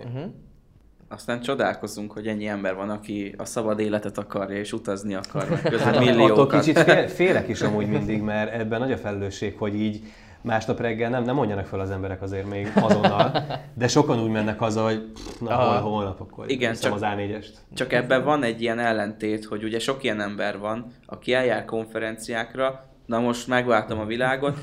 Aztán csodálkozunk, hogy ennyi ember van, aki a szabad életet akarja és utazni akar, meg közben milliókat. Attól kicsit félek is amúgy mindig, mert ebben nagy a felelősség, hogy így másnap reggel nem mondjanak fel az emberek azért még azonnal, de sokan úgy mennek haza, hogy holnap akkor csak, az A4-est. Csak ebben van egy ilyen ellentét, hogy ugye sok ilyen ember van, aki eljár konferenciákra, na most megváltam a világot,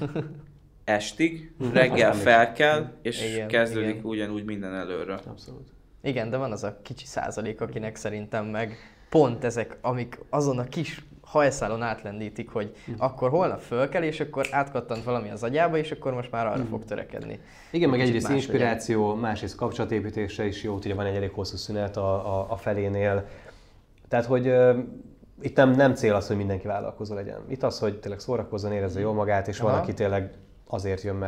estig, reggel felkel, és kezdődik ugyanúgy minden előről. Abszolút. Igen, de van az a kicsi százalék, akinek szerintem meg pont ezek, amik azon a kis hajszálon átlendítik, hogy akkor holnap fölkel, és akkor átkattant valami az agyába, és akkor most már arra fog törekedni. Igen, meg egyrészt inspiráció, másrészt kapcsolatépítésre is jó, ugye van egy elég hosszú szünet a felénél. Tehát, hogy itt nem cél az, hogy mindenki vállalkozó legyen. Itt az, hogy tényleg szórakozzon, érezze jól magát, és van, aki tényleg azért jön,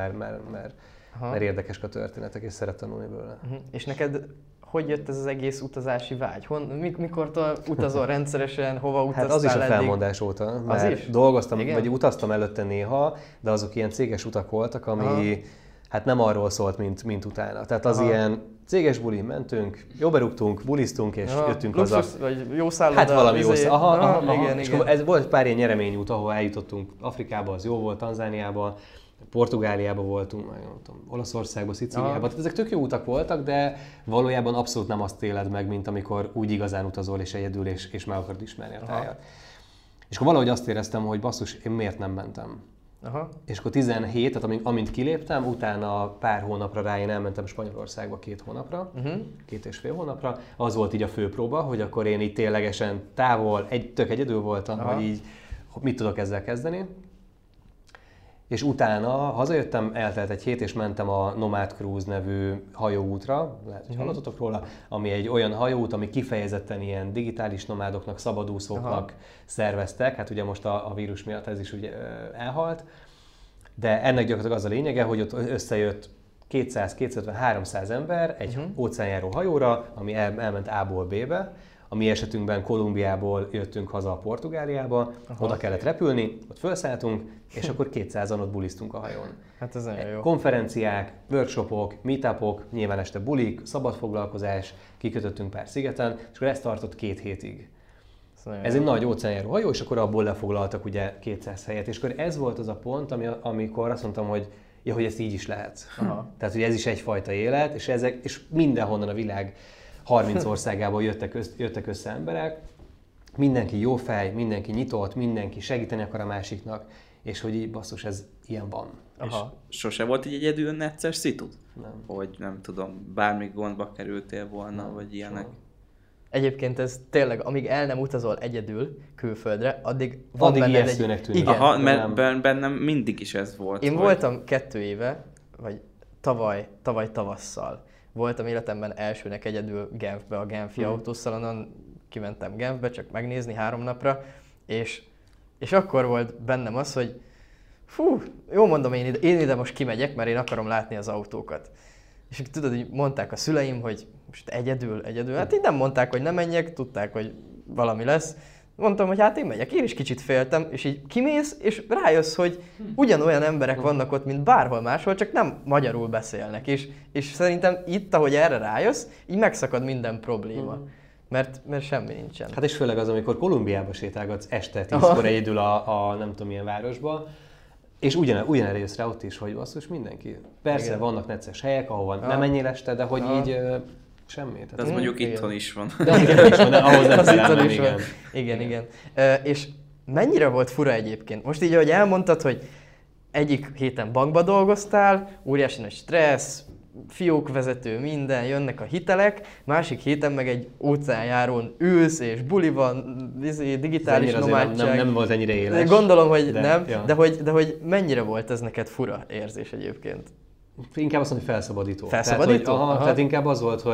mert érdekesek a történetek, és szeret tanulni belőle. És neked hogy jött ez az egész utazási vágy? Mikortól utazol rendszeresen, hova utaztál? Hát az is a felmondás óta, mert dolgoztam, vagy utaztam előtte néha, de azok ilyen céges utak voltak, ami hát nem arról szólt, mint utána. Tehát az ilyen céges buli, mentünk, jó berúgtunk, buliztunk, és jöttünk haza. Luxus, vagy jó szálloda? Hát valami jó szálloda. Igen. És ez volt pár ilyen nyereményút, ahol eljutottunk Afrikába, az jó volt, Tanzániába, Portugáliában voltunk, Olaszországban, Szicíliában. Tehát ezek tök jó utak voltak, de valójában abszolút nem azt éled meg, mint amikor úgy igazán utazol és egyedül, és meg akarod ismerni a tájat. És akkor valahogy azt éreztem, hogy basszus, én miért nem mentem. És akkor 17, tehát amint kiléptem, utána pár hónapra rá én elmentem Spanyolországba 2 hónapra, 2,5 hónapra. Az volt így a főpróba, hogy akkor én így ténylegesen távol, tök egyedül voltam, hogy így mit tudok ezzel kezdeni. És utána hazajöttem, eltelt egy hét, és mentem a Nomad Cruise nevű hajóútra, lehet, hogy hallottatok róla, ami egy olyan hajóút, ami kifejezetten ilyen digitális nomádoknak, szabadúszóknak szerveztek. Hát ugye most a vírus miatt ez is ugye elhalt, de ennek gyakorlatilag az a lényege, hogy ott összejött 200-250-300 ember egy óceánjáró hajóra, ami elment A-ból B-be. A mi esetünkben Kolumbiából jöttünk haza a Portugáliába, oda kellett repülni, ott felszálltunk, és akkor 200-an ott buliztunk a hajón. Hát ez nagyon jó. Konferenciák, workshopok, meetupok, nyilván este bulik, szabadfoglalkozás, kikötöttünk pár szigeten, és akkor ez tartott 2 hétig. Ez egy nagy óceánjáró hajó, és akkor abból lefoglaltak ugye 200 helyet, és akkor ez volt az a pont, amikor azt mondtam, hogy hogy ezt így is lehet. Tehát, hogy ez is egyfajta élet, és mindenhonnan a világ 30 országából jöttek össze emberek, mindenki jó fej, mindenki nyitott, mindenki segíteni akar a másiknak, és hogy így basszus, ez ilyen van. És sose volt így egyedül necces szitud? Nem. Hogy nem tudom, bármi gondba kerültél volna, vagy ilyenek? Soha. Egyébként ez tényleg, amíg el nem utazol egyedül külföldre, addig van benned ijesztőnek tűnik. Igen. Aha, mert bennem mindig is ez volt. Én voltam 2 éve, vagy tavaly tavasszal. Voltam életemben elsőnek egyedül Genfbe, a Genfi autószalonon, kimentem Genfbe csak megnézni 3 napra, és akkor volt bennem az, hogy jó mondom, én ide most kimegyek, mert én akarom látni az autókat. És tudod, hogy mondták a szüleim, hogy most egyedül. Hát így nem mondták, hogy nem menjek, tudták, hogy valami lesz. Mondtam, hogy hát én megyek, én is kicsit féltem, és így kimész, és rájössz, hogy ugyanolyan emberek vannak ott, mint bárhol máshol, csak nem magyarul beszélnek. És szerintem itt, ahogy erre rájössz, így megszakad minden probléma. Mert semmi nincsen. Hát és főleg az, amikor Kolumbiába sétálgatsz este 10-kor egyedül a nem tudom milyen városba, és ugyanerre jössz rá ott is, hogy basszus mindenki. Persze igen. Vannak necces helyek, ahova nem menjél este, de hogy így semmi. De az mondjuk itthon is van. De itthon is van, de ahhoz nem kell itthon elmenni, is van. Igen. És mennyire volt fura egyébként? Most így, ahogy elmondtad, hogy egyik héten bankba dolgoztál, óriási nagy stressz, fiókvezető, minden, jönnek a hitelek, másik héten meg egy óceánjárón ülsz, és buli van, digitális nomádság. Nem volt ennyire éles. Gondolom, hogy nem, ja. de hogy mennyire volt ez neked fura érzés egyébként? Inkább azt mondom, hogy felszabadító. Felszabadító? Tehát inkább az volt,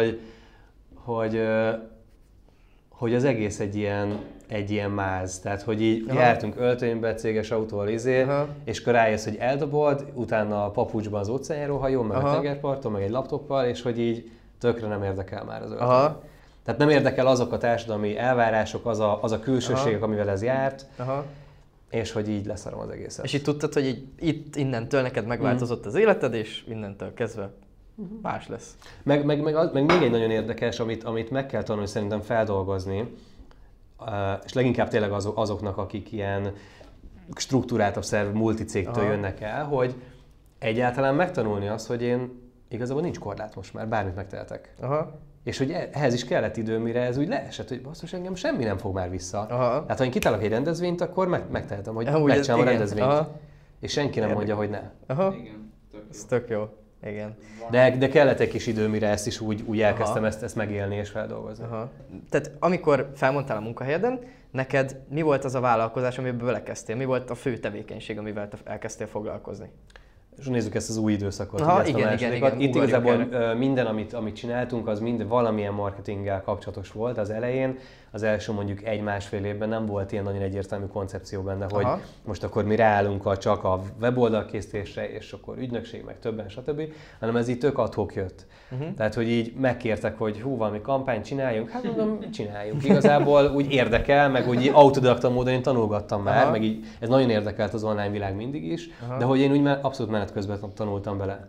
hogy az egész egy ilyen máz. Tehát, hogy így jártunk öltönybe, céges autóval és akkor rájössz, hogy eldobod, utána a papucsban az óceánjáróhajón, meg a tengerparton, meg egy laptoppal, és hogy így tökre nem érdekel már az öltöny. Tehát nem érdekel azok a társadalmi elvárások, az a külsőségek, amivel ez járt, és hogy így leszarom az egészet. És így tudtad, hogy itt innentől neked megváltozott az életed, és innentől kezdve más lesz. Meg még egy nagyon érdekes, amit meg kell tanulni szerintem feldolgozni, és leginkább tényleg azoknak, akik ilyen struktúráltabb szerv multicégtől jönnek el, hogy egyáltalán megtanulni azt, hogy én igazából nincs korlát most már, bármit megtehetek. És hogy ehhez is kellett idő, mire ez úgy leesett, hogy basszus, engem semmi nem fog már vissza. Hát ha én kitalálok egy rendezvényt, akkor megtehetem, hogy megcsinálom a rendezvényt. És senki nem mondja, hogy ne. Igen, ez tök jó. Igen. De kellett egy kis idő, mire ezt is úgy elkezdtem ezt megélni és feldolgozni. Tehát amikor felmondtál a munkahelyeden, neked mi volt az a vállalkozás, amiben belekezdtél? Mi volt a fő tevékenység, amivel te elkezdtél foglalkozni? És nézzük ezt az új időszakot. Igen. Itt igazából minden, amit csináltunk, az mind valamilyen marketinggel kapcsolatos volt az elején. Az első mondjuk 1-1,5 évben nem volt ilyen nagyon egyértelmű koncepció benne, hogy most akkor mi ráállunk csak a weboldalkészítésre, és akkor ügynökség, meg többen, stb. Hanem ez így tök ad hoc jött. Tehát, hogy így megkértek, hogy valami kampányt csináljunk, hát mondom, csináljuk. Igazából úgy érdekel, meg úgy autodidakta módon én tanulgattam már, meg így ez nagyon érdekelt az online világ mindig is, de hogy én úgy abszolút menet közben tanultam bele.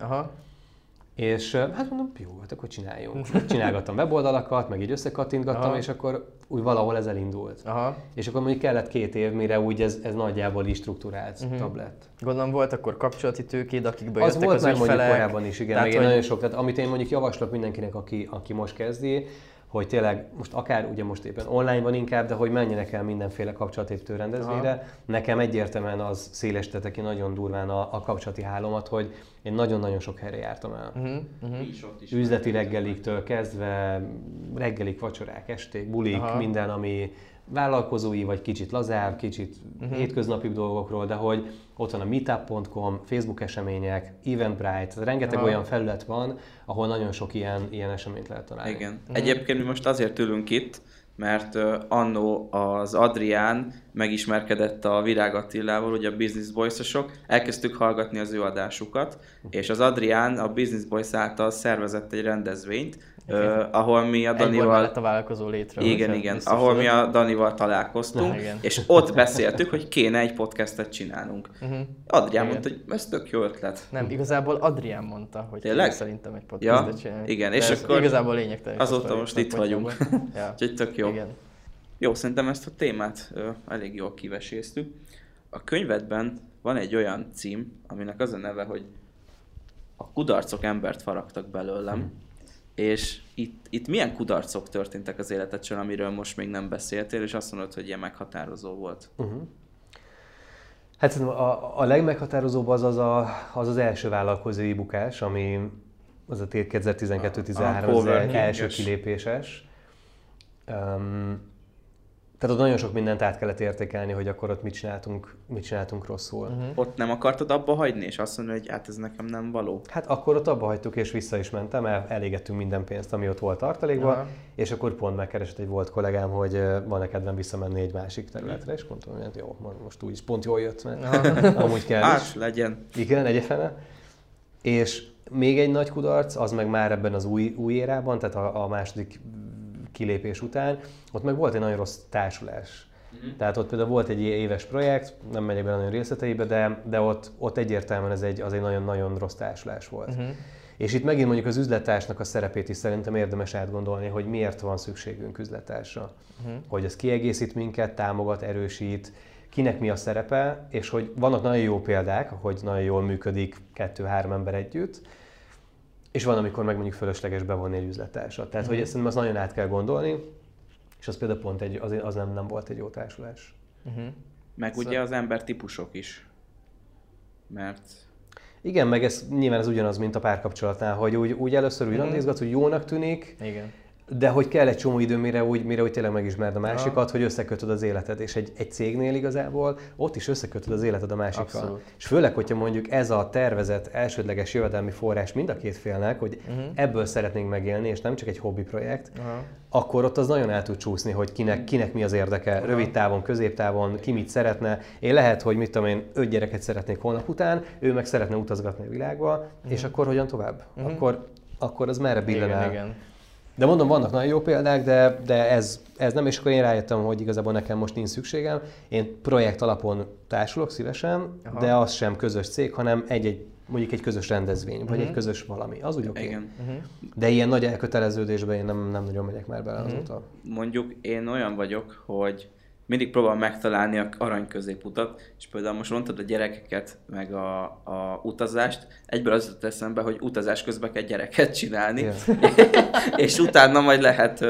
És hát mondom, jó, hát akkor csináljunk. Csinálgattam weboldalakat, meg így összekattintgattam, és akkor úgy valahol ez elindult. És akkor mondjuk kellett 2 év, mire úgy ez nagyjából is struktúrált lett. Gondolom volt akkor kapcsolati tőkéd, akikből jöttek volt az már ügyfelek. Mondjuk korábban is, igen, meg nagyon sok. Tehát amit én mondjuk javaslok mindenkinek, aki most kezdi, hogy tényleg most akár ugye most éppen online van inkább, de hogy menjenek el mindenféle kapcsolatépítő rendezvényre. Nekem egyértelműen az szélesítette ki nagyon durván a kapcsolati hálómat, hogy én nagyon-nagyon sok helyre jártam el. Üzleti reggeliktől kezdve, reggelik, vacsorák, esték, bulik, minden, ami vállalkozói, vagy kicsit lazább, kicsit hétköznapi dolgokról, de hogy ott van a meetup.com, Facebook események, Eventbrite, rengeteg olyan felület van, ahol nagyon sok ilyen eseményt lehet találni. Igen. Egyébként mi most azért ülünk itt, mert annó az Adrián megismerkedett a Virág Attilával, ugye a Business Boys-osok, elkezdtük hallgatni az ő adásukat, és az Adrián a Business Boys által szervezett egy rendezvényt, ahol mi a Danival... a vállalkozó létre. Igen, ahol mi a Danival találkoztunk, és ott beszéltük, hogy kéne egy podcastet csinálnunk. Adrián mondta, hogy ez tök jó ötlet. Nem, igazából Adrián mondta, hogy kéne szerintem egy podcastet csinálni. Igen, és akkor igazából lényegtelen. Azóta most itt vagyunk. Úgyhogy tök jó. Igen. Jó, szerintem ezt a témát elég jól kiveséztük. A könyvedben van egy olyan cím, aminek az a neve, hogy a kudarcok embert faragtak belőlem. És itt milyen kudarcok történtek az életed során, amiről most még nem beszéltél, és azt mondod, hogy ilyen meghatározó volt? Hát a legmeghatározóbb az első vállalkozói bukás, ami az a 2012-13 első kilépéses. Tehát ott nagyon sok mindent át kellett értékelni, hogy akkor ott mit csináltunk rosszul. Ott nem akartad abba hagyni, és azt mondani, hogy hát ez nekem nem való? Hát akkor ott abba hagytuk, és vissza is mentem, elégettünk minden pénzt, ami ott volt tartalékban, és akkor pont megkeresett egy volt kollégám, hogy van-e kedvem visszamenni egy másik területre, és mondtam, hogy jó, most úgyis pont jól jött, mert amúgy kell is. Legyen. Igen, egyefene. És még egy nagy kudarc, az meg már ebben az új érában, tehát a második kilépés után, ott meg volt egy nagyon rossz társulás. Tehát ott például volt egy éves projekt, nem megyek bele nagyon részleteibe, de ott egyértelműen az egy nagyon-nagyon rossz társulás volt. És itt megint mondjuk az üzlettársnak a szerepét is szerintem érdemes átgondolni, hogy miért van szükségünk üzlettársra. Hogy ez kiegészít minket, támogat, erősít, kinek mi a szerepe, és hogy vannak nagyon jó példák, hogy nagyon jól működik 2-3 ember együtt, és van, amikor meg mondjuk fölösleges bevonni egy üzlettársat. Tehát, hogy szerintem azt nagyon át kell gondolni, és az például pont az nem volt egy jó társulás. Meg ugye az ember típusok is. Mert... Igen, meg nyilván ez ugyanaz, mint a párkapcsolatnál, hogy úgy először úgy randizgatsz, hogy jónak tűnik, Igen. de hogy kell egy csomó idő, mire úgy tényleg megismerd a másikat, hogy összekötöd az életed. És egy cégnél igazából ott is összekötöd az életed a másikkal. Abszolút. És főleg, hogyha mondjuk ez a tervezett elsődleges jövedelmi forrás mind a két félnek, hogy ebből szeretnénk megélni, és nem csak egy hobbi projekt, akkor ott az nagyon el tud csúszni, hogy kinek mi az érdeke, rövid távon, középtávon, ki mit szeretne. Én lehet, hogy 5 gyereket szeretnék holnap után, ő meg szeretne utazgatni a világba, és akkor hogyan tovább? Akkor az merre billen el? Igen. De mondom, vannak nagyon jó példák, de ez nem, és akkor én rájöttem, hogy igazából nekem most nincs szükségem. Én projekt alapon társulok szívesen, de az sem közös cég, hanem mondjuk egy közös rendezvény, vagy egy közös valami. Az úgy oké. De ilyen nagy elköteleződésben én nem nagyon megyek már bele azóta. Mondjuk én olyan vagyok, hogy mindig próbálom megtalálni a arany középutat, és például most mondtad a gyerekeket, meg a utazást, egyből az jutott eszembe, hogy utazás közben kell gyereket csinálni, és utána majd lehet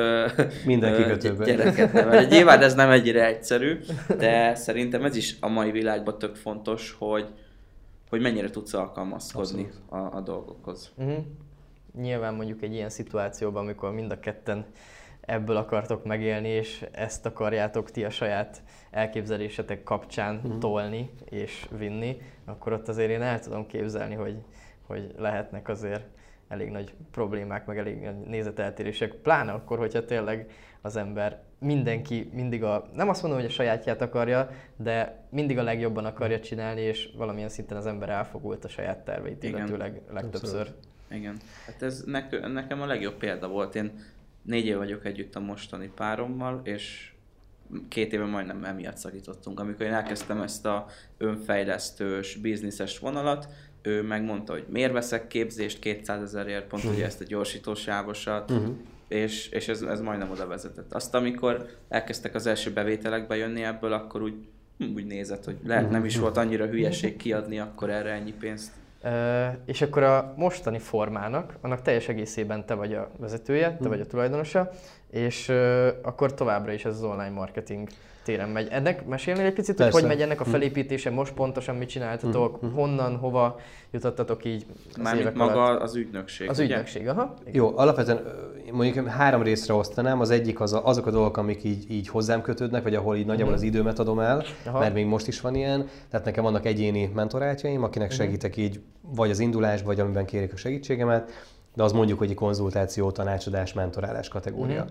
gyereket nevelni. Nyilván ez nem ennyire egyszerű, de szerintem ez is a mai világban tök fontos, hogy mennyire tudsz alkalmazkodni a dolgokhoz. Nyilván mondjuk egy ilyen szituációban, amikor mind a ketten ebből akartok megélni, és ezt akarjátok ti a saját elképzelésetek kapcsán tolni és vinni, akkor ott azért én el tudom képzelni, hogy lehetnek azért elég nagy problémák, meg elég nagy nézeteltérések, pláne akkor, hogyha tényleg az ember mindenki mindig nem azt mondom, hogy a sajátját akarja, de mindig a legjobban akarja csinálni, és valamilyen szinten az ember elfogult a saját terveit, illetőleg legtöbbször. Igen, hát ez nekem a legjobb példa volt. Én 4 év vagyok együtt a mostani párommal, és 2 éve majdnem emiatt szakítottunk. Amikor én elkezdtem ezt a önfejlesztős, bizniszes vonalat, ő megmondta, hogy miért veszek képzést 200 000-ért, pont ugye ezt a gyorsítósávosat, és ez majdnem oda vezetett. Azt, amikor elkezdtek az első bevételek bejönni ebből, akkor úgy nézett, hogy lehet nem is volt annyira hülyeség kiadni akkor erre ennyi pénzt. És akkor a mostani formának, annak teljes egészében te vagy a vezetője, te vagy a tulajdonosa, és akkor továbbra is ez az online marketing téren megy. Ennek mesélnél egy picit, hogy megy ennek a felépítése, most pontosan mit csináltatok, honnan, hova jutottatok így az évek maga alatt? az ügynökség, az ugye? ügynökség, aha. Jó, alapvetően mondjuk 3 részre osztanám, az egyik azok a dolgok, amik így hozzám kötődnek, vagy ahol így nagyjából az időmet adom el, mert még most is van ilyen. Tehát nekem vannak egyéni mentorátjaim, akinek segítek így, vagy az indulás, vagy amiben kérik a segítségemet, de az mondjuk, hogy egy konzultáció, tanácsadás, mentorálás kategória.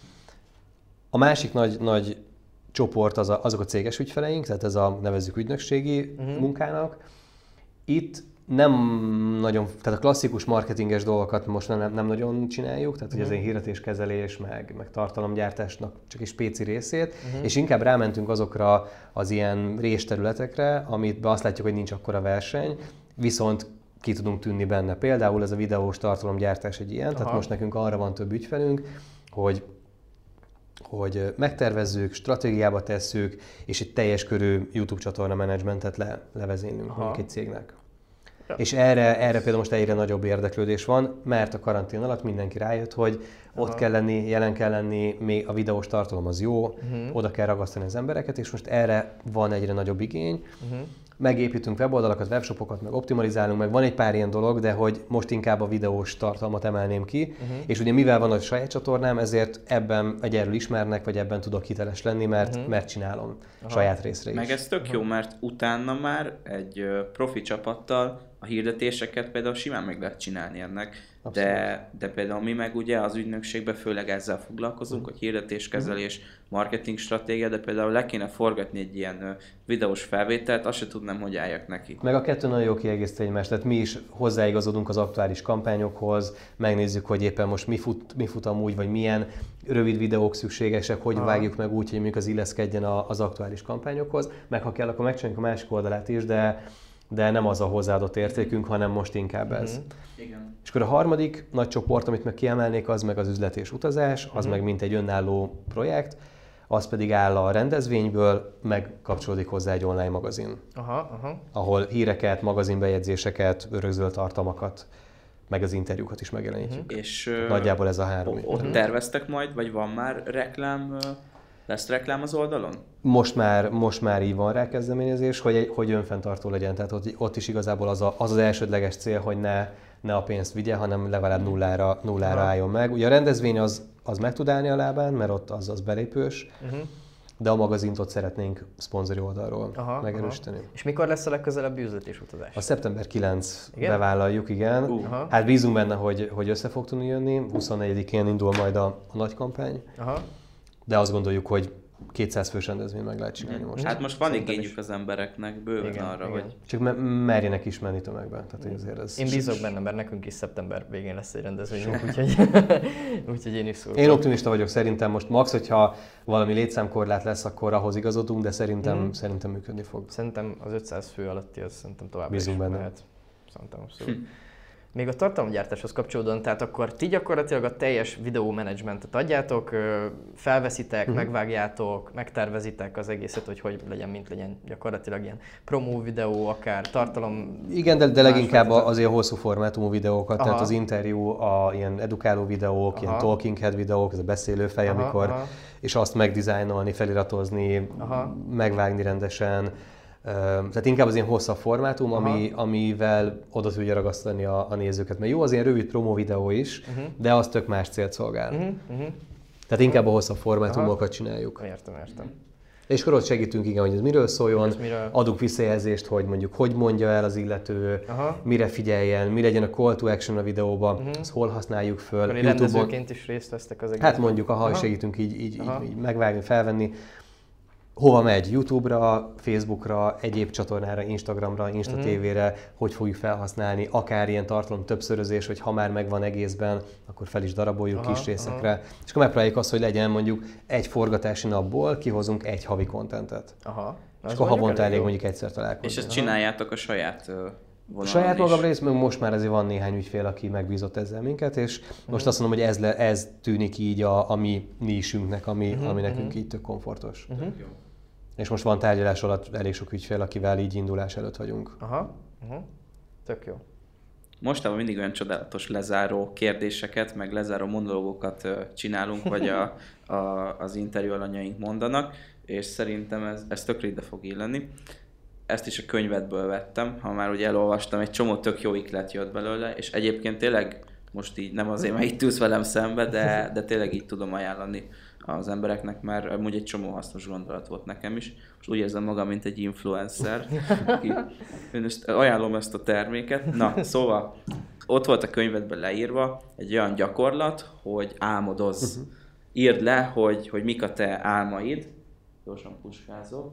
A másik nagy csoport azok a céges ügyfeleink, tehát ez a nevezzük ügynökségi munkának. Itt nem nagyon, tehát a klasszikus marketinges dolgokat most nem nagyon csináljuk, tehát hogy az én hirdetéskezelés, meg tartalomgyártásnak csak egy spéci részét, és inkább rámentünk azokra az ilyen résterületekre, amitben azt látjuk, hogy nincs akkora verseny, viszont ki tudunk tűnni benne. Például ez a videós tartalomgyártás egy ilyen, tehát most nekünk arra van több ügyfelünk, hogy megtervezzük, stratégiába tesszük, és egy teljes körű YouTube csatorna menedzsmentet levezénylünk mondjuk egy cégnek. Ja. És erre például most egyre nagyobb érdeklődés van, mert a karantén alatt mindenki rájött, hogy ott kell lenni, jelen kell lenni, még a videós tartalom az jó, oda kell ragasztani az embereket, és most erre van egyre nagyobb igény. Megépítünk weboldalakat, webshopokat, meg optimalizálunk, meg van egy pár ilyen dolog, de hogy most inkább a videós tartalmat emelném ki, és ugye mivel van a saját csatornám, ezért ebben erről ismernek, vagy ebben tudok hiteles lenni, mert csinálom saját részre is. Meg ez tök jó, mert utána már egy profi csapattal a hirdetéseket például simán meg lehet csinálni ennek, de például mi meg ugye az ügynökségben főleg ezzel foglalkozunk, hogy hirdetéskezelés, marketing stratégia, de például le kéne forgatni egy ilyen videós felvételt, azt se tudnám, hogy álljak neki. Meg a kettő nagyon jó kiegészíti egymást, tehát mi is hozzáigazodunk az aktuális kampányokhoz, megnézzük, hogy éppen most mi fut amúgy, vagy milyen rövid videók szükségesek, hogy vágjuk meg úgy, hogy mondjuk az illeszkedjen az aktuális kampányokhoz, meg ha kell, akkor megcsináljuk a másik oldalát is, de nem az a hozzáadott értékünk, hanem most inkább ez. Igen. És akkor a harmadik nagy csoport, amit meg kiemelnék, az meg az üzlet és utazás, az meg mint egy önálló projekt, az pedig áll a rendezvényből, meg kapcsolódik hozzá egy online magazin, ahol híreket, magazinbejegyzéseket, rögzölt tartalmakat, meg az interjúkat is megjelenítjük. És nagyjából ez a három. Ott terveztek majd, vagy van már reklám? Lesz reklám az oldalon? Most már így van rá kezdeményezés, hogy önfenntartó legyen. Tehát ott is igazából az elsődleges cél, hogy ne a pénzt vigye, hanem legalább nullára álljon meg. Ugye a rendezvény az meg tud állni a lábán, mert ott az belépős, de a magazint ott szeretnénk szponzori oldalról megerősíteni. És mikor lesz a legközelebbi üzlet és utazás? A szeptember 9 bevállaljuk, igen. Hát bízunk benne, hogy össze fog tudni jönni. 24-én indul majd a nagy kampány. De azt gondoljuk, hogy 200 fős rendezvény meg lehet csinálni most. Hát most van igényük az embereknek bőven arra, hogy... Csak merjenek is menni tömegben. Tehát azért ez... Én bízok benne, mert nekünk is szeptember végén lesz egy rendezvényünk, úgyhogy én is szólok. Én optimista vagyok, szerintem most max, hogyha valami létszámkorlát lesz, akkor ahhoz igazodunk, de szerintem működni fog. Szerintem az 500 fő alatti az szerintem tovább bízunk benne. Mehet. Szerintem abszolút. Még a tartalomgyártáshoz kapcsolódóan, tehát akkor ti gyakorlatilag a teljes videómenedzsmentet adjátok, felveszitek, megvágjátok, megtervezitek az egészet, hogy legyen, mint legyen gyakorlatilag ilyen promó videó, akár tartalom... Igen, de leginkább azért hosszú formátumú videókat, tehát az interjú, ilyen edukáló videók, ilyen talking head videók, ez a beszélőfej, és azt megdizájnolni, feliratozni, megvágni rendesen. Tehát inkább az ilyen hosszabb formátum, amivel oda tudja ragasztani a nézőket. Mert jó az ilyen rövid promó videó is, de az tök más célt szolgál. Tehát inkább a hosszabb formátumokat csináljuk. Értem. És akkor ott segítünk, igen, hogy ez miről szóljon, adunk visszajelzést, hogy mondjuk hogy mondja el az illető, mire figyeljen, mi legyen a call to action a videóban, azt hol használjuk föl. Akkor rendezőként is részt vesztek az egészben. Hát mondjuk, segítünk így megvágni, felvenni. Hova megy? YouTube-ra, Facebookra, egyéb csatornára, Instagramra, Insta TV-re, hogy fogjuk felhasználni, akár ilyen tartalom többszörözés, hogy ha már megvan egészben, akkor fel is daraboljuk kis részekre. És akkor megpróbáljuk azt, hogy legyen mondjuk egy forgatási napból, kihozunk egy havi kontentet. És akkor havonta elég mondjuk egyszer találkozni. És ezt csináljátok a saját vonalon saját magam részt, meg most már azért van néhány ügyfél, aki megbízott ezzel minket, és most azt mondom, hogy ez tűnik így a mi nisünknek, ami nekünk így tök komfortos. És most van tárgyalás alatt elég sok ügyfél, akivel így indulás előtt vagyunk. Tök jó. Mostában mindig olyan csodálatos lezáró kérdéseket, meg lezáró monológokat csinálunk, vagy az interjú alanyaink mondanak, és szerintem ez tökre ide fog illeni. Ezt is a könyvedből vettem, ha már ugye elolvastam, egy csomó tök jó iklet jött belőle, és egyébként tényleg most így nem azért, mert itt ülsz velem szembe, de tényleg így tudom ajánlani az embereknek, mert amúgy egy csomó hasznos gondolat volt nekem is. Most úgy érzem magam, mint egy influencer. Én most ajánlom ezt a terméket. Na, szóval ott volt a könyvedben leírva egy olyan gyakorlat, hogy álmodozz. Írd le, hogy mik a te álmaid. Gyorsan puskázok.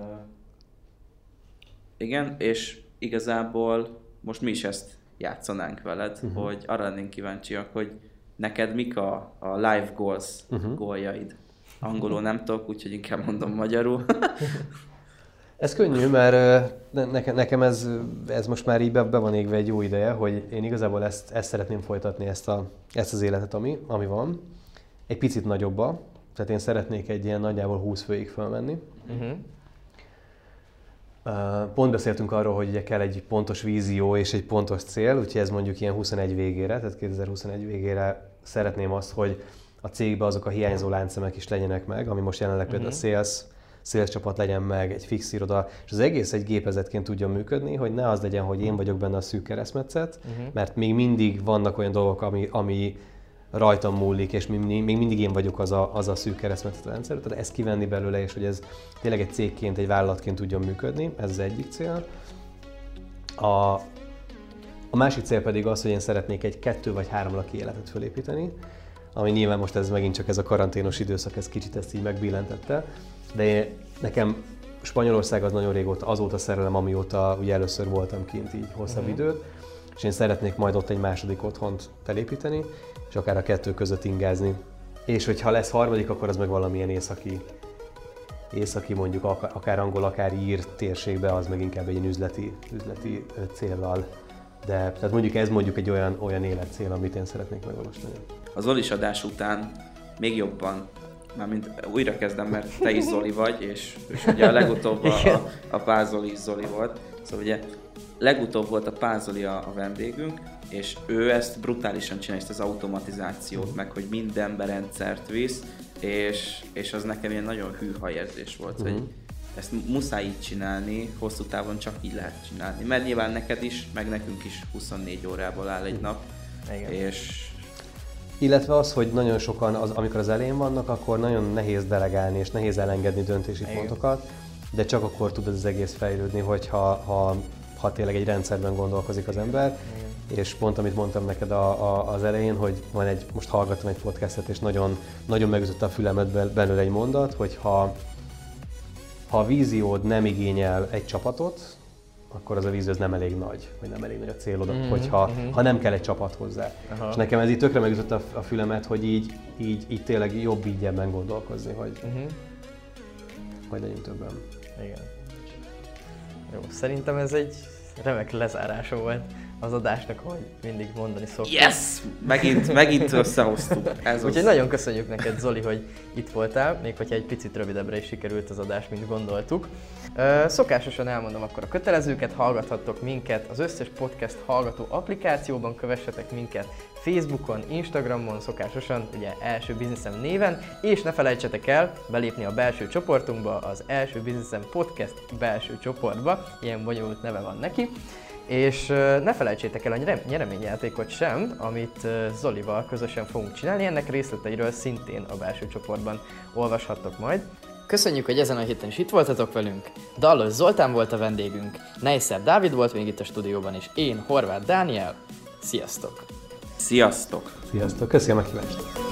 Igen, és igazából most mi is ezt játszanánk veled, hogy arra lennénk kíváncsiak, hogy neked mik a life goals, góljaid? Angolul nem tudok, úgyhogy inkább mondom magyarul. Ez könnyű, mert nekem ez most már így be van égve egy jó ideje, hogy én igazából ezt szeretném folytatni, ezt az életet, ami van. Egy picit nagyobba, tehát én szeretnék egy ilyen nagyjából 20 főig fölmenni. Pont beszéltünk arról, hogy ugye kell egy pontos vízió és egy pontos cél, úgyhogy ez mondjuk ilyen 21 végére, tehát 2021 végére szeretném azt, hogy a cégben azok a hiányzó láncszemek is legyenek meg, ami most jelenleg például a sales csapat legyen meg, egy fix iroda, és az egész egy gépezetként tudjon működni, hogy ne az legyen, hogy én vagyok benne a szűk keresztmetszet, mert még mindig vannak olyan dolgok, ami rajtam múlik, és még mindig én vagyok az a szűk keresztmetszet rendszer, tehát ezt kivenni belőle, és hogy ez tényleg egy cégként, egy vállalatként tudjon működni, ez az egyik cél. A másik cél pedig az, hogy én szeretnék egy 2 vagy 3 laki életet fölépíteni, ami nyilván most ez megint csak ez a karanténos időszak, ez kicsit ezt így megbillentette, de nekem Spanyolország az nagyon régóta, azóta szerelem, amióta ugye először voltam kint így hosszabb időt, és én szeretnék majd ott egy második otthont felépíteni, és akár a kettő között ingázni. És hogyha lesz harmadik, akkor az meg valamilyen északi mondjuk akár angol, akár ír térségbe, az meg inkább egy üzleti céllal. De tehát mondjuk ez egy olyan életcél, amit én szeretnék megvalósítani. Az Zolis adás után még jobban, mármint újra kezdem, mert te is Zoli vagy, és ugye a legutóbb a Pázoli is Zoli volt. Szóval ugye legutóbb volt a Pázoli a vendégünk, és ő ezt brutálisan csinálja, ezt az automatizációt, meg hogy mindenbe rendszert visz, és az nekem ilyen nagyon hűha érzés volt, hogy ezt muszáj így csinálni, hosszú távon csak így lehet csinálni. Mert nyilván neked is, meg nekünk is 24 órából áll egy nap. Igen. Illetve az, hogy nagyon sokan, amikor az elején vannak, akkor nagyon nehéz delegálni és nehéz elengedni döntési pontokat, de csak akkor tud az egész fejlődni, hogyha tényleg egy rendszerben gondolkozik az ember. És pont amit mondtam neked az elején, hogy most hallgattam egy podcastet, és nagyon, nagyon megütötte a fülemet belőle egy mondat, hogy ha a víziód nem igényel egy csapatot, akkor az a vízió nem elég nagy, vagy nem elég nagy a célod, ha nem kell egy csapat hozzá. Aha. És nekem ez így tökre megütötte a fülemet, hogy így tényleg jobb így ebben gondolkozni, hogy legyünk többen. Igen. Jó, szerintem ez egy remek lezárása volt az adásnak, ahogy mindig mondani szoktuk. Yes! Megint összehoztuk. Úgyhogy nagyon köszönjük neked, Zoli, hogy itt voltál, még hogyha egy picit rövidebbre is sikerült az adás, mint gondoltuk. Szokásosan elmondom akkor a kötelezőket, hallgathattok minket az összes podcast hallgató applikációban, kövessetek minket Facebookon, Instagramon, szokásosan ugye Első Bizniszem néven, és ne felejtsetek el belépni a belső csoportunkba, az Első Bizniszem Podcast belső csoportba, ilyen bonyolult neve van neki. És ne felejtsétek el a nyereményjátékot sem, amit Zolival közösen fogunk csinálni, ennek részleteiről szintén a belső csoportban olvashattok majd. Köszönjük, hogy ezen a héten is itt voltatok velünk. Dallos Zoltán volt a vendégünk, Neisser Dávid volt még itt a stúdióban, és én, Horváth Dániel. Sziasztok! Sziasztok! Sziasztok! Köszönöm a meghívást!